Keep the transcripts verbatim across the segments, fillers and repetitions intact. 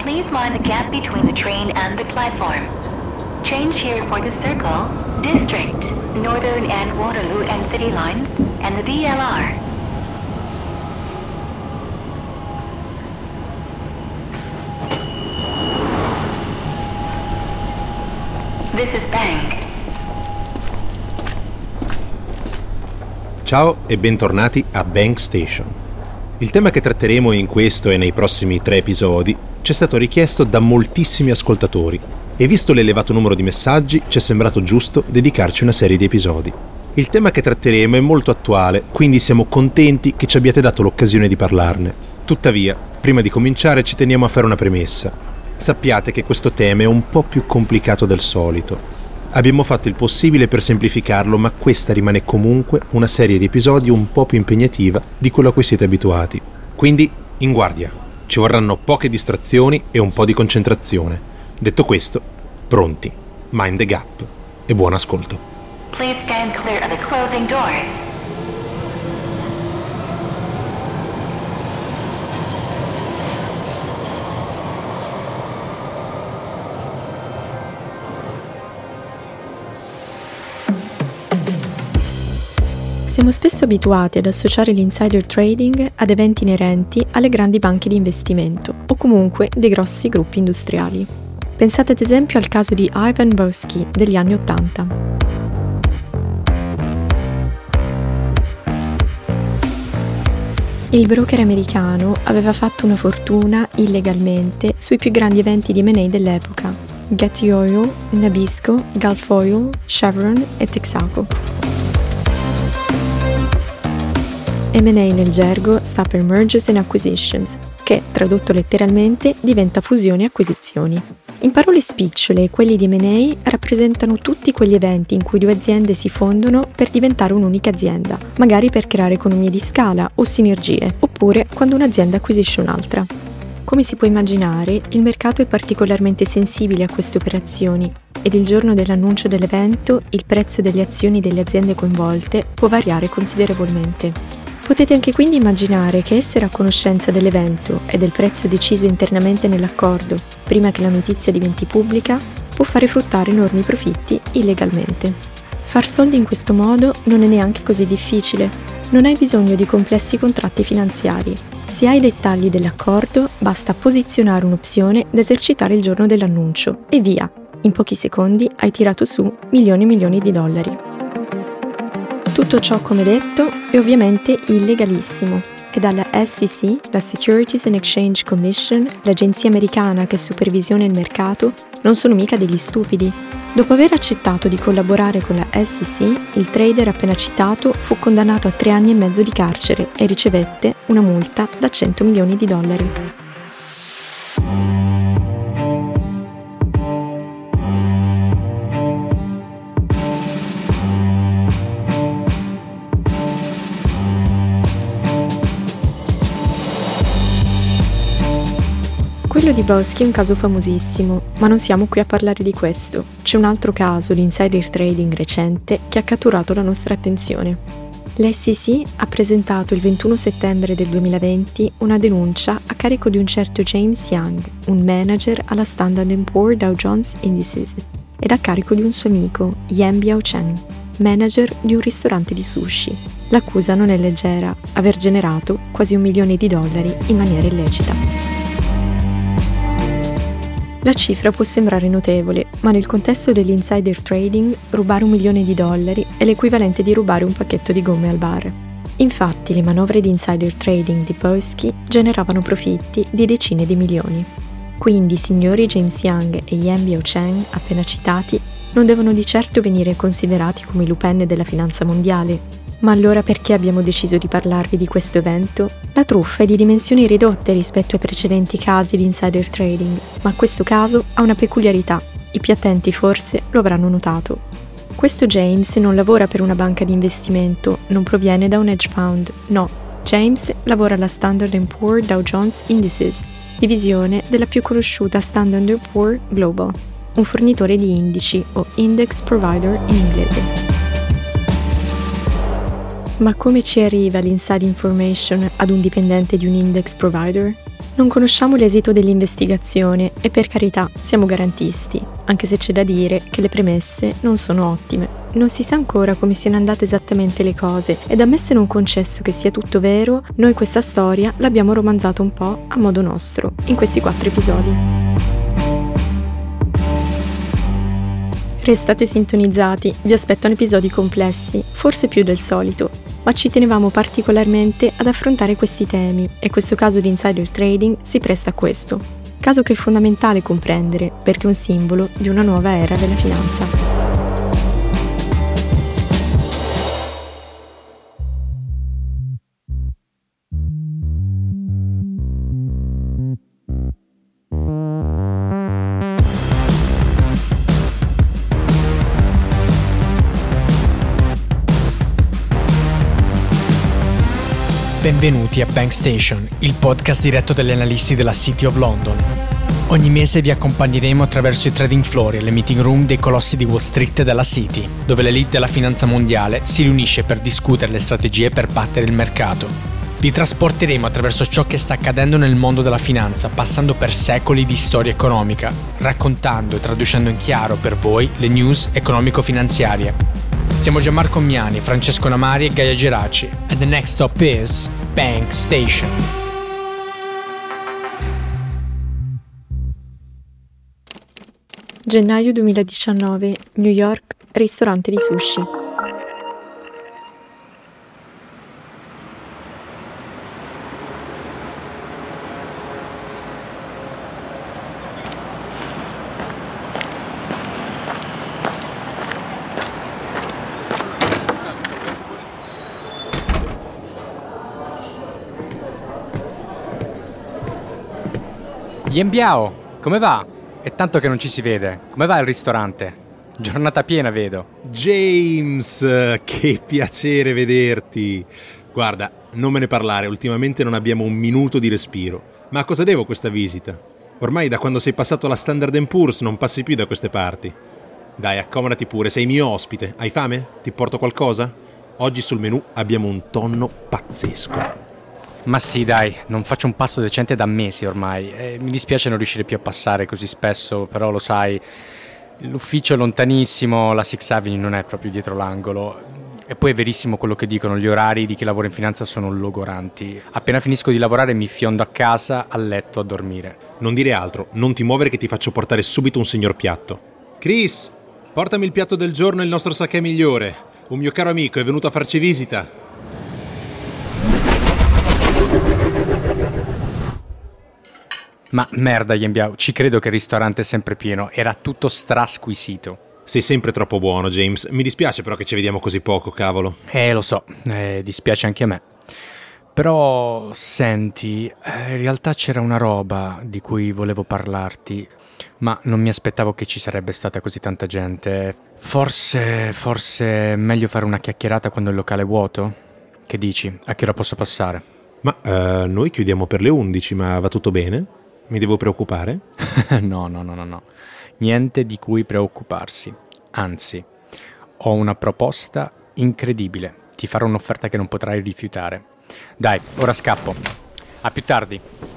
Please mind the gap between the train and the platform. Change here for the Circle, District, Northern and Waterloo and City lines, and the D L R. This is Bank. Ciao e bentornati a Bank Station. Il tema che tratteremo in questo e nei prossimi tre episodi ci è stato richiesto da moltissimi ascoltatori e visto l'elevato numero di messaggi ci è sembrato giusto dedicarci una serie di episodi. Il tema che tratteremo è molto attuale, quindi siamo contenti che ci abbiate dato l'occasione di parlarne. Tuttavia, prima di cominciare ci teniamo a fare una premessa. Sappiate che questo tema è un po' più complicato del solito. Abbiamo fatto il possibile per semplificarlo, ma questa rimane comunque una serie di episodi un po' più impegnativa di quello a cui siete abituati. Quindi, in guardia. Ci vorranno poche distrazioni e un po' di concentrazione. Detto questo, pronti. Mind the gap. E buon ascolto. Please stand clear of the closing doors. Siamo spesso abituati ad associare l'insider trading ad eventi inerenti alle grandi banche di investimento o comunque dei grossi gruppi industriali. Pensate ad esempio al caso di Ivan Boesky degli anni Ottanta. Il broker americano aveva fatto una fortuna illegalmente sui più grandi eventi di M and A dell'epoca: Getty Oil, Nabisco, Gulf Oil, Chevron e Texaco. M and A nel gergo sta per Mergers and Acquisitions, che, tradotto letteralmente, diventa fusioni e acquisizioni. In parole spicciole, quelli di M and A rappresentano tutti quegli eventi in cui due aziende si fondono per diventare un'unica azienda, magari per creare economie di scala o sinergie, oppure quando un'azienda acquisisce un'altra. Come si può immaginare, il mercato è particolarmente sensibile a queste operazioni ed il giorno dell'annuncio dell'evento il prezzo delle azioni delle aziende coinvolte può variare considerevolmente. Potete anche quindi immaginare che essere a conoscenza dell'evento e del prezzo deciso internamente nell'accordo, prima che la notizia diventi pubblica, può fare fruttare enormi profitti illegalmente. Far soldi in questo modo non è neanche così difficile. Non hai bisogno di complessi contratti finanziari. Se hai i dettagli dell'accordo, basta posizionare un'opzione da esercitare il giorno dell'annuncio e via. In pochi secondi hai tirato su milioni e milioni di dollari. Tutto ciò, come detto, è ovviamente illegalissimo e dalla S E C, la Securities and Exchange Commission, l'agenzia americana che supervisiona il mercato, non sono mica degli stupidi. Dopo aver accettato di collaborare con la S E C, il trader appena citato fu condannato a tre anni e mezzo di carcere e ricevette una multa da cento milioni di dollari. Quello di Boesky è un caso famosissimo, ma non siamo qui a parlare di questo. C'è un altro caso di insider trading recente che ha catturato la nostra attenzione. L'S E C ha presentato il ventuno settembre del duemilaventi una denuncia a carico di un certo James Young, un manager alla Standard and Poor's Dow Jones Indices, ed a carico di un suo amico, Yan Biao Cheng, manager di un ristorante di sushi. L'accusa non è leggera: aver generato quasi un milione di dollari in maniera illecita. La cifra può sembrare notevole, ma nel contesto dell'insider trading, rubare un milione di dollari è l'equivalente di rubare un pacchetto di gomme al bar. Infatti, le manovre di insider trading di Boesky generavano profitti di decine di milioni. Quindi i signori James Young e Yan Biao Cheng, appena citati, non devono di certo venire considerati come i lupenne della finanza mondiale. Ma allora perché abbiamo deciso di parlarvi di questo evento? La truffa è di dimensioni ridotte rispetto ai precedenti casi di insider trading, ma questo caso ha una peculiarità. I più attenti forse lo avranno notato. Questo James non lavora per una banca di investimento, non proviene da un hedge fund, no. James lavora alla Standard and Poor's Dow Jones Indices, divisione della più conosciuta Standard and Poor's Global, un fornitore di indici o index provider in inglese. Ma come ci arriva l'inside information ad un dipendente di un index provider? Non conosciamo l'esito dell'investigazione e per carità siamo garantisti, anche se c'è da dire che le premesse non sono ottime. Non si sa ancora come siano andate esattamente le cose ed ammesso non concesso che sia tutto vero, noi questa storia l'abbiamo romanzata un po' a modo nostro, in questi quattro episodi. Restate sintonizzati, vi aspettano episodi complessi, forse più del solito, ma ci tenevamo particolarmente ad affrontare questi temi e questo caso di insider trading si presta a questo. Caso che è fondamentale comprendere perché è un simbolo di una nuova era della finanza. Benvenuti a Bank Station, il podcast diretto dagli analisti della City of London. Ogni mese vi accompagneremo attraverso i trading floor e le meeting room dei colossi di Wall Street e della City, dove l'elite della finanza mondiale si riunisce per discutere le strategie per battere il mercato. Vi trasporteremo attraverso ciò che sta accadendo nel mondo della finanza, passando per secoli di storia economica, raccontando e traducendo in chiaro per voi le news economico-finanziarie. Siamo Gianmarco Miani, Francesco Namari e Gaia Geraci. And the next stop is Bank Station. Gennaio duemiladiciannove, New York, ristorante di sushi. Yenbiao, come va? È tanto che non ci si vede. Come va il ristorante? Giornata piena, vedo. James, che piacere vederti. Guarda, non me ne parlare, ultimamente non abbiamo un minuto di respiro. Ma a cosa devo questa visita? Ormai da quando sei passato alla Standard and Poor's non passi più da queste parti. Dai, accomodati pure, sei mio ospite. Hai fame? Ti porto qualcosa? Oggi sul menù abbiamo un tonno pazzesco. Ma sì, dai, non faccio un pasto decente da mesi ormai. Eh, mi dispiace non riuscire più a passare così spesso, però lo sai, l'ufficio è lontanissimo, la Sixth Avenue non è proprio dietro l'angolo. E poi è verissimo quello che dicono, gli orari di chi lavora in finanza sono logoranti. Appena finisco di lavorare mi fiondo a casa, a letto, a dormire. Non dire altro, non ti muovere che ti faccio portare subito un signor piatto. Chris, portami il piatto del giorno e il nostro sake migliore. Un mio caro amico è venuto a farci visita. Ma merda, Yenbiao, ci credo che il ristorante è sempre pieno, era tutto strasquisito. Sei sempre troppo buono, James. Mi dispiace però che ci vediamo così poco, cavolo. Eh, lo so, eh, dispiace anche a me. Però, senti, eh, in realtà c'era una roba di cui volevo parlarti, ma non mi aspettavo che ci sarebbe stata così tanta gente. Forse, forse è meglio fare una chiacchierata quando il locale è vuoto? Che dici? A che ora posso passare? Ma uh, noi chiudiamo per le undici, ma va tutto bene? Mi devo preoccupare? no, no, no, no, no. Niente di cui preoccuparsi. Anzi, ho una proposta incredibile. Ti farò un'offerta che non potrai rifiutare. Dai, ora scappo. A più tardi.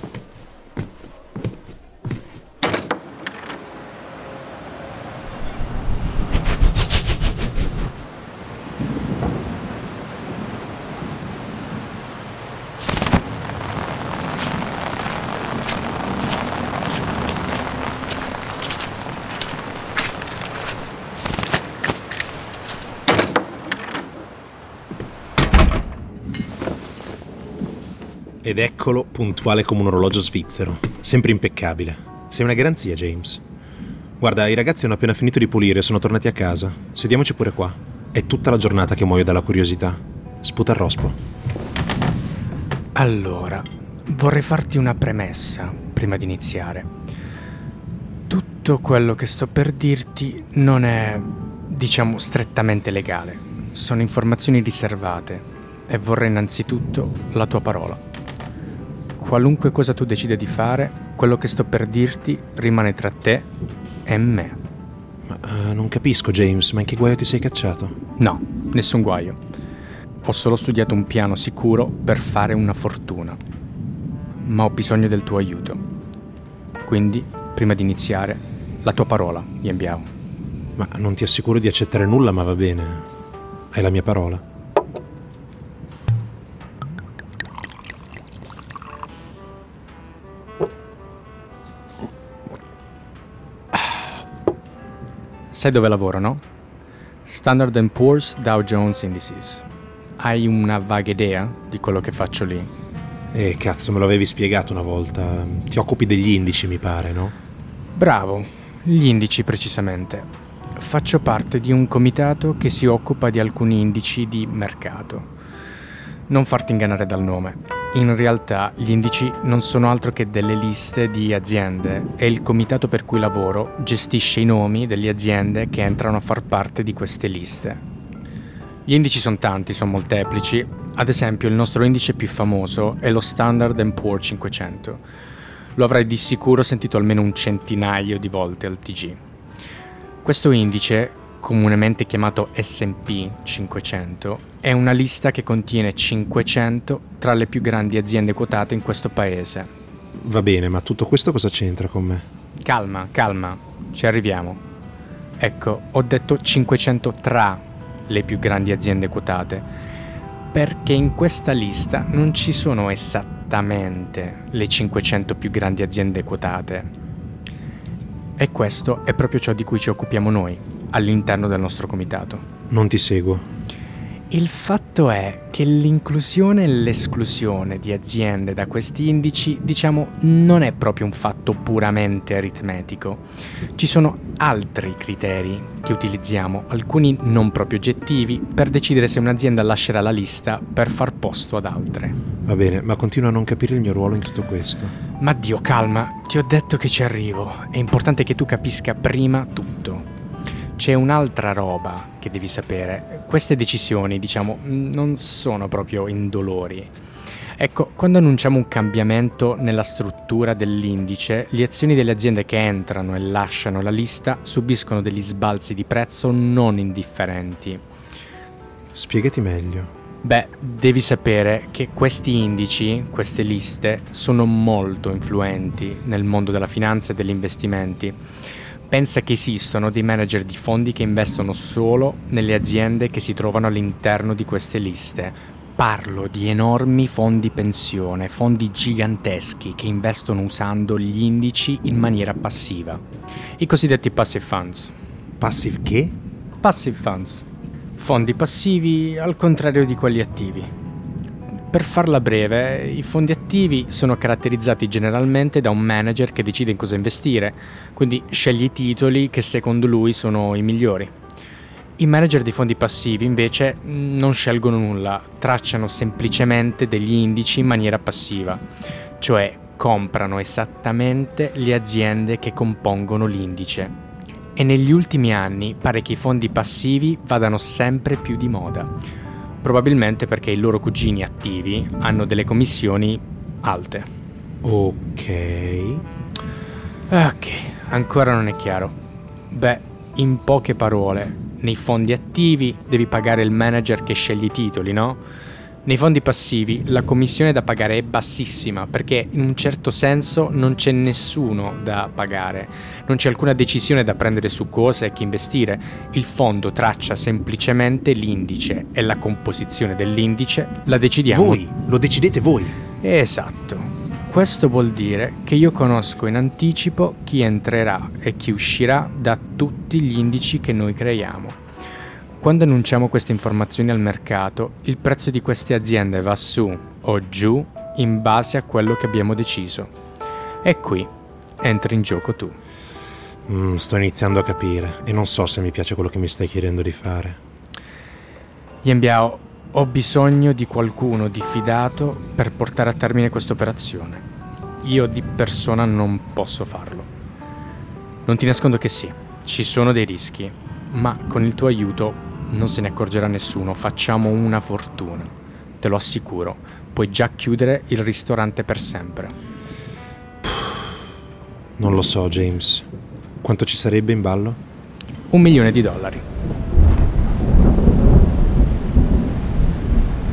Ed eccolo, puntuale come un orologio svizzero, sempre impeccabile. Sei una garanzia, James. Guarda, i ragazzi hanno appena finito di pulire e sono tornati a casa. Sediamoci pure qua. È tutta la giornata che muoio dalla curiosità. Sputa il rospo. Allora, vorrei farti una premessa prima di iniziare. Tutto quello che sto per dirti non è, diciamo, strettamente legale. Sono informazioni riservate e vorrei innanzitutto la tua parola. Qualunque cosa tu decida di fare, quello che sto per dirti rimane tra te e me. Ma uh, non capisco, James, ma in che guaio ti sei cacciato? No, nessun guaio. Ho solo studiato un piano sicuro per fare una fortuna. Ma ho bisogno del tuo aiuto. Quindi, prima di iniziare, la tua parola, Yanbiao. Ma non ti assicuro di accettare nulla, ma va bene. Hai la mia parola. Sai dove lavoro, no? Standard and Poor's Dow Jones Indices. Hai una vaga idea di quello che faccio lì? Eh, cazzo, me lo avevi spiegato una volta. Ti occupi degli indici, mi pare, no? Bravo, gli indici precisamente. Faccio parte di un comitato che si occupa di alcuni indici di mercato. Non farti ingannare dal nome. In realtà gli indici non sono altro che delle liste di aziende e il comitato per cui lavoro gestisce i nomi delle aziende che entrano a far parte di queste liste. Gli indici sono tanti, sono molteplici. Ad esempio il nostro indice più famoso è lo Standard and Poor's cinquecento. Lo avrai di sicuro sentito almeno un centinaio di volte al T G. Questo indice, comunemente chiamato S and P cinquecento, è una lista che contiene cinquecento tra le più grandi aziende quotate in questo paese. Va bene, ma tutto questo cosa c'entra con me? Calma, calma, ci arriviamo. Ecco, ho detto cinquecento tra le più grandi aziende quotate, perché in questa lista non ci sono esattamente le cinquecento più grandi aziende quotate. E questo è proprio ciò di cui ci occupiamo noi, all'interno del nostro comitato. Non ti seguo. Il fatto è che l'inclusione e l'esclusione di aziende da questi indici, diciamo, non è proprio un fatto puramente aritmetico. Ci sono altri criteri che utilizziamo, alcuni non proprio oggettivi, per decidere se un'azienda lascerà la lista per far posto ad altre. Va bene, ma continuo a non capire il mio ruolo in tutto questo. Ma Dio, calma, ti ho detto che ci arrivo. È importante che tu capisca prima tutto. C'è un'altra roba che devi sapere. Queste decisioni, diciamo, non sono proprio indolori. Ecco, quando annunciamo un cambiamento nella struttura dell'indice, le azioni delle aziende che entrano e lasciano la lista subiscono degli sbalzi di prezzo non indifferenti. Spiegati meglio. Beh, devi sapere che questi indici, queste liste, sono molto influenti nel mondo della finanza e degli investimenti. Pensa che esistono dei manager di fondi che investono solo nelle aziende che si trovano all'interno di queste liste. Parlo di enormi fondi pensione, fondi giganteschi che investono usando gli indici in maniera passiva. I cosiddetti passive funds. Passive che? Passive funds. Fondi passivi al contrario di quelli attivi. Per farla breve, i fondi attivi sono caratterizzati generalmente da un manager che decide in cosa investire, quindi sceglie i titoli che secondo lui sono i migliori. I manager di fondi passivi invece non scelgono nulla, tracciano semplicemente degli indici in maniera passiva, cioè comprano esattamente le aziende che compongono l'indice. E negli ultimi anni pare che i fondi passivi vadano sempre più di moda. Probabilmente perché i loro cugini attivi hanno delle commissioni alte. Ok. Ok, ancora non è chiaro. Beh, in poche parole, nei fondi attivi devi pagare il manager che sceglie i titoli, no? Nei fondi passivi la commissione da pagare è bassissima perché in un certo senso non c'è nessuno da pagare, non c'è alcuna decisione da prendere su cosa e chi investire. Il fondo traccia semplicemente l'indice e la composizione dell'indice la decidiamo. Voi, lo decidete voi. Esatto. Questo vuol dire che io conosco in anticipo chi entrerà e chi uscirà da tutti gli indici che noi creiamo. Quando annunciamo queste informazioni al mercato, il prezzo di queste aziende va su o giù in base a quello che abbiamo deciso. E qui entri in gioco tu. Mm, sto iniziando a capire e non so se mi piace quello che mi stai chiedendo di fare. Yanbiao, ho bisogno di qualcuno di fidato per portare a termine questa operazione. Io di persona non posso farlo. Non ti nascondo che sì, ci sono dei rischi, ma con il tuo aiuto non se ne accorgerà nessuno, facciamo una fortuna. Te lo assicuro, puoi già chiudere il ristorante per sempre. Non lo so, James. Quanto ci sarebbe in ballo? Un milione di dollari.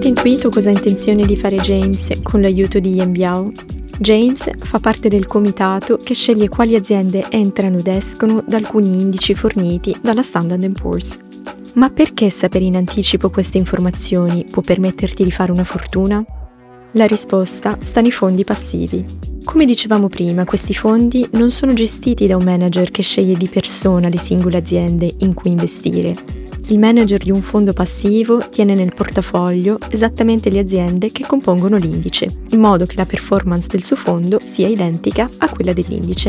Avete intuito cosa ha intenzione di fare James con l'aiuto di Yan Biao? James fa parte del comitato che sceglie quali aziende entrano ed escono da alcuni indici forniti dalla Standard and Poor's. Ma perché sapere in anticipo queste informazioni può permetterti di fare una fortuna? La risposta sta nei fondi passivi. Come dicevamo prima, questi fondi non sono gestiti da un manager che sceglie di persona le singole aziende in cui investire. Il manager di un fondo passivo tiene nel portafoglio esattamente le aziende che compongono l'indice, in modo che la performance del suo fondo sia identica a quella dell'indice.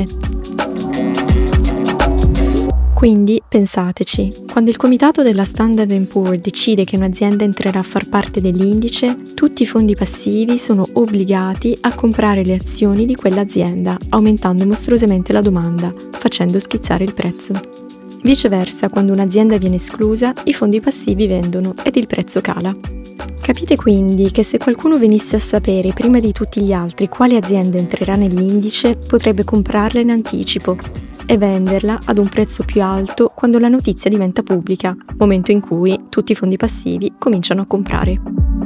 Quindi pensateci, quando il comitato della Standard and Poor's decide che un'azienda entrerà a far parte dell'indice, tutti i fondi passivi sono obbligati a comprare le azioni di quell'azienda, aumentando mostruosamente la domanda, facendo schizzare il prezzo. Viceversa, quando un'azienda viene esclusa, i fondi passivi vendono ed il prezzo cala. Capite quindi che se qualcuno venisse a sapere prima di tutti gli altri quale azienda entrerà nell'indice, potrebbe comprarla in anticipo e venderla ad un prezzo più alto quando la notizia diventa pubblica, momento in cui tutti i fondi passivi cominciano a comprare.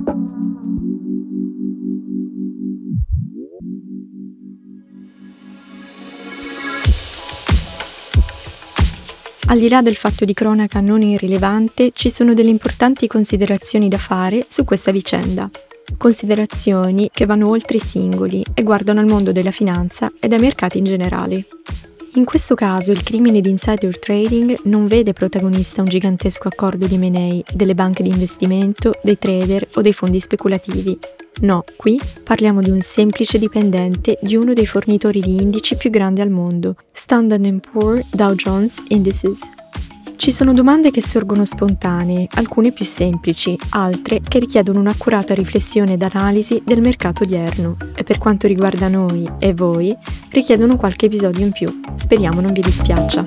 Al di là del fatto di cronaca non irrilevante, ci sono delle importanti considerazioni da fare su questa vicenda. Considerazioni che vanno oltre i singoli e guardano al mondo della finanza e dai mercati in generale. In questo caso il crimine di insider trading non vede protagonista un gigantesco accordo di M and A delle banche di investimento, dei trader o dei fondi speculativi. No, qui parliamo di un semplice dipendente di uno dei fornitori di indici più grandi al mondo, Standard and Poor's Dow Jones Indices. Ci sono domande che sorgono spontanee, alcune più semplici, altre che richiedono un'accurata riflessione ed analisi del mercato odierno e per quanto riguarda noi e voi richiedono qualche episodio in più. Speriamo non vi dispiaccia.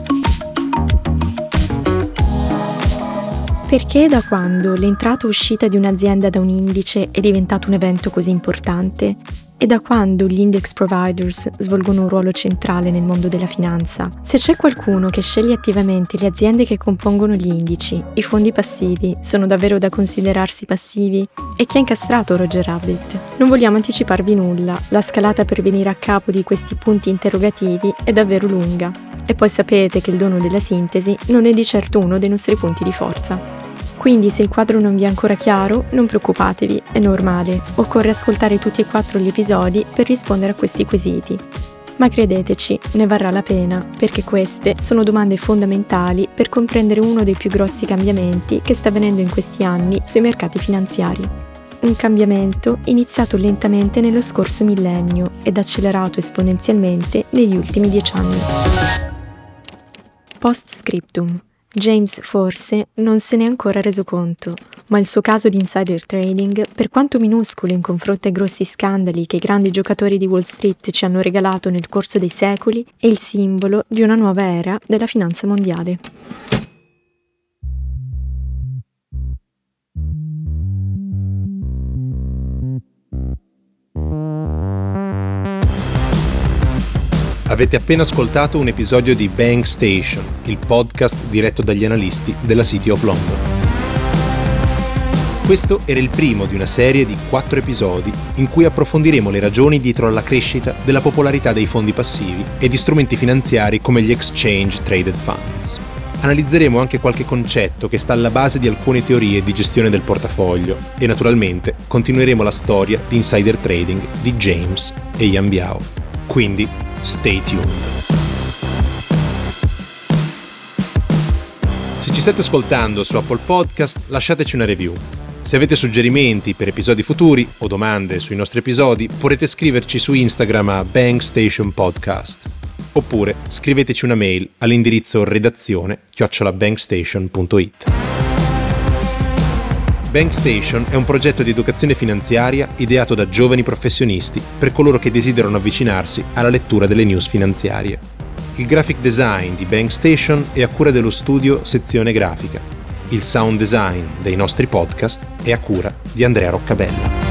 Perché e da quando l'entrata o uscita di un'azienda da un indice è diventato un evento così importante? E da quando gli index providers svolgono un ruolo centrale nel mondo della finanza? Se c'è qualcuno che sceglie attivamente le aziende che compongono gli indici, i fondi passivi sono davvero da considerarsi passivi? E chi ha incastrato Roger Rabbit? Non vogliamo anticiparvi nulla, la scalata per venire a capo di questi punti interrogativi è davvero lunga. E poi sapete che il dono della sintesi non è di certo uno dei nostri punti di forza. Quindi se il quadro non vi è ancora chiaro, non preoccupatevi, è normale, occorre ascoltare tutti e quattro gli episodi per rispondere a questi quesiti. Ma credeteci, ne varrà la pena, perché queste sono domande fondamentali per comprendere uno dei più grossi cambiamenti che sta avvenendo in questi anni sui mercati finanziari. Un cambiamento iniziato lentamente nello scorso millennio ed accelerato esponenzialmente negli ultimi dieci anni. Post scriptum. James forse non se ne è ancora reso conto, ma il suo caso di insider trading, per quanto minuscolo in confronto ai grossi scandali che i grandi giocatori di Wall Street ci hanno regalato nel corso dei secoli, è il simbolo di una nuova era della finanza mondiale. Avete appena ascoltato un episodio di Bank Station, il podcast diretto dagli analisti della City of London. Questo era il primo di una serie di quattro episodi in cui approfondiremo le ragioni dietro alla crescita della popolarità dei fondi passivi e di strumenti finanziari come gli Exchange Traded Funds. Analizzeremo anche qualche concetto che sta alla base di alcune teorie di gestione del portafoglio e naturalmente continueremo la storia di insider trading di James e Yan Biao. Quindi stay tuned. Se ci state ascoltando su Apple Podcast, lasciateci una review. Se avete suggerimenti per episodi futuri o domande sui nostri episodi, potete scriverci su Instagram a Bank Station Podcast. Oppure scriveteci una mail all'indirizzo redazione chiocciola bankstation punto it. Bankstation è un progetto di educazione finanziaria ideato da giovani professionisti per coloro che desiderano avvicinarsi alla lettura delle news finanziarie. Il graphic design di Bankstation è a cura dello studio Sezione Grafica. Il sound design dei nostri podcast è a cura di Andrea Roccabella.